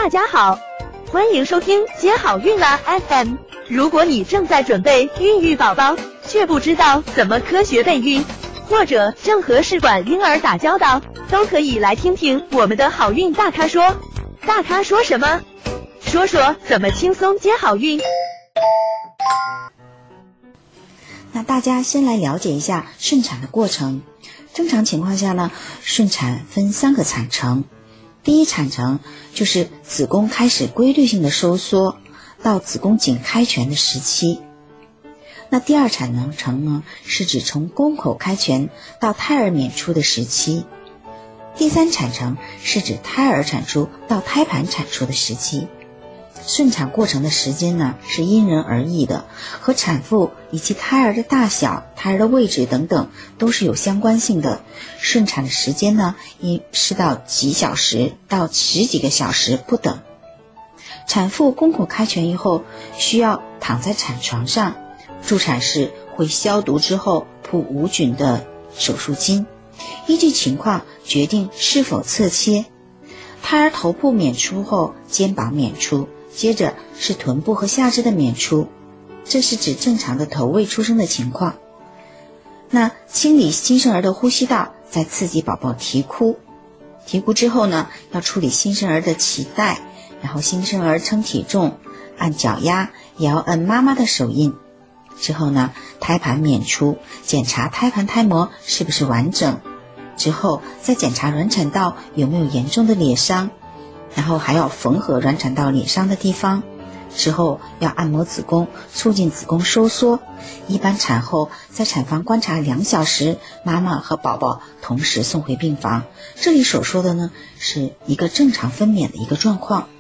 大家好，欢迎收听接好运啦 FM。如果你正在准备孕育宝宝，却不知道怎么科学备孕，或者正和试管婴儿打交道，都可以来听听我们的好运大咖说。大咖说什么？说说怎么轻松接好运。 那大家先来了解一下顺产的过程。正常情况下呢，顺产分3个产程。第一产程就是子宫开始规律性的收缩到子宫颈开全的时期。那第二产程呢，是指从宫口开全到胎儿娩出的时期。第三产程是指胎儿产出到胎盘产出的时期。顺产过程的时间呢是因人而异的，和产妇以及胎儿的大小、胎儿的位置等等都是有相关性的。顺产的时间呢是到几小时到10几个小时不等。产妇宫口开全以后，需要躺在产床上，助产士会消毒之后铺无菌的手术巾，依据情况决定是否侧切。胎儿头部娩出后，肩膀娩出，接着是臀部和下肢的娩出，这是指正常的头位出生的情况。那清理新生儿的呼吸道，再刺激宝宝啼哭。啼哭之后呢，要处理新生儿的脐带，然后新生儿称体重，按脚丫，也要按妈妈的手印。之后呢，胎盘娩出，检查胎盘胎膜是不是完整，之后再检查卵产道有没有严重的裂伤，然后还要缝合卵产道裂伤的地方，之后要按摩子宫，促进子宫收缩。一般产后在产房观察2小时，妈妈和宝宝同时送回病房。这里所说的呢，是一个正常分娩的一个状况。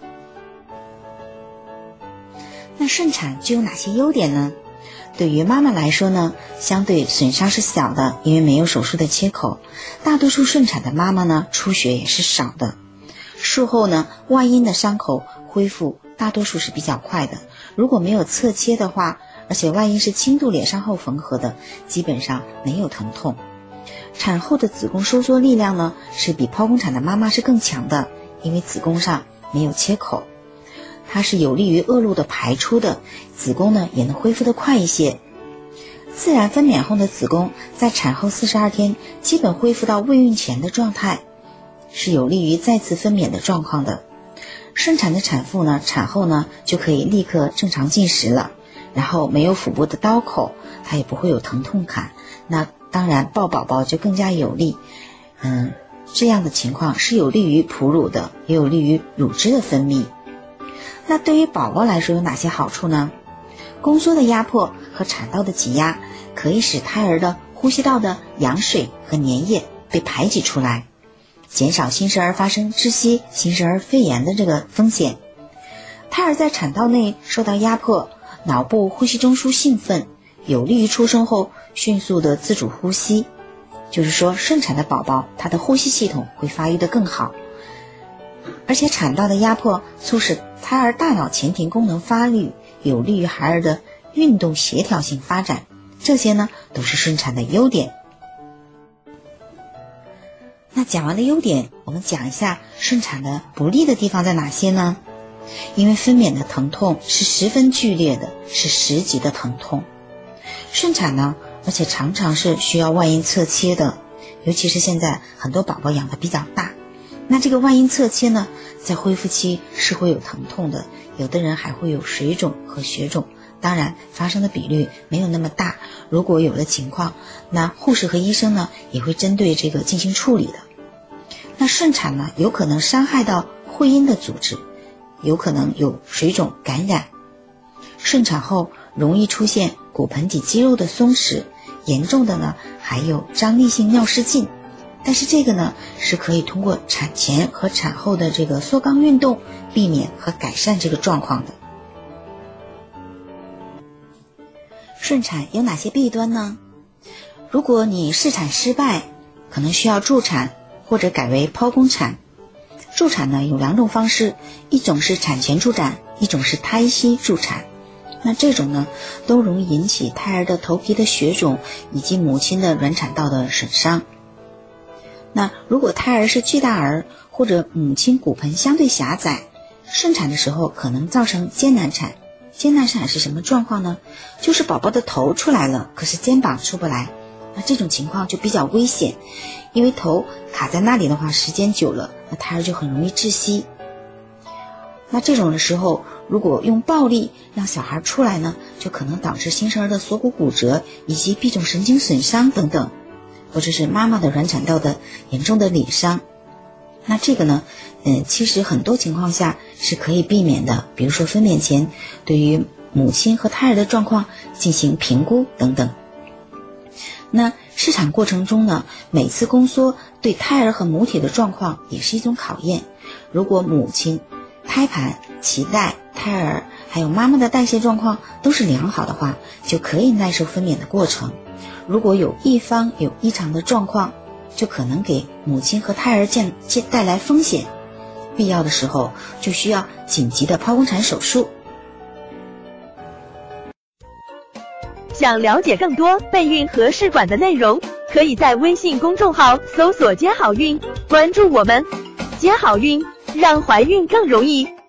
那顺产具有哪些优点呢？对于妈妈来说呢，相对损伤是小的，因为没有手术的切口。大多数顺产的妈妈呢，出血也是少的。术后呢，外阴的伤口恢复大多数是比较快的。如果没有侧切的话，而且外阴是轻度裂伤后缝合的，基本上没有疼痛。产后的子宫收缩力量呢，是比剖宫产的妈妈是更强的，因为子宫上没有切口，它是有利于恶露的排出的，子宫呢也能恢复得快一些。自然分娩后的子宫在产后42天基本恢复到未孕前的状态，是有利于再次分娩的状况的。顺产的产妇呢，产后呢就可以立刻正常进食了，然后没有腹部的刀口，它也不会有疼痛感，那当然抱宝宝就更加有利。这样的情况是有利于哺乳的，也有利于乳汁的分泌。那对于宝宝来说有哪些好处呢？宫缩的压迫和产道的挤压可以使胎儿的呼吸道的羊水和粘液被排挤出来，减少新生儿发生窒息、新生儿肺炎的这个风险。胎儿在产道内受到压迫，脑部呼吸中枢兴奋，有利于出生后迅速的自主呼吸。就是说，顺产的宝宝他的呼吸系统会发育得更好。而且产道的压迫促使胎儿大脑前庭功能发育，有利于孩儿的运动协调性发展。这些呢都是顺产的优点。那讲完了优点，我们讲一下顺产的不利的地方在哪些呢？因为分娩的疼痛是十分剧烈的，是10级的疼痛。顺产呢，而且常常是需要外阴侧切的，尤其是现在很多宝宝养的比较大。那这个外阴侧切呢，在恢复期是会有疼痛的，有的人还会有水肿和血肿，当然发生的比率没有那么大。如果有的情况，那护士和医生呢也会针对这个进行处理的。那顺产呢，有可能伤害到会阴的组织，有可能有水肿感染。顺产后容易出现骨盆底肌肉的松弛，严重的呢还有张力性尿失禁。但是这个呢是可以通过产前和产后的这个缩肛运动避免和改善这个状况的。顺产有哪些弊端呢？如果你试产失败，可能需要助产或者改为剖宫产。助产呢有2种方式，一种是产前助产，一种是胎息助产。那这种呢都容易引起胎儿的头皮的血肿以及母亲的卵产道的损伤。那如果胎儿是巨大儿或者母亲骨盆相对狭窄， 顺产的时候可能造成艰难产。艰难产是什么状况呢？就是宝宝的头出来了，可是肩膀出不来。那这种情况就比较危险，因为头卡在那里的话，时间久了，那胎儿就很容易窒息。那这种的时候，如果用暴力让小孩出来呢，就可能导致新生儿的锁骨骨折以及臂种神经损伤等等，或者是妈妈的卵产道的严重的损伤。那这个呢，其实很多情况下是可以避免的，比如说分娩前对于母亲和胎儿的状况进行评估等等。那试产过程中呢，每次宫缩对胎儿和母体的状况也是一种考验。如果母亲、胎盘、脐带、胎儿还有妈妈的代谢状况都是良好的话，就可以耐受分娩的过程。如果有一方有异常的状况，就可能给母亲和胎儿带来风险，必要的时候就需要紧急的剖宫产手术。 想了解更多备孕和试管的内容，可以在微信公众号搜索接好运，关注我们，接好运，让怀孕更容易。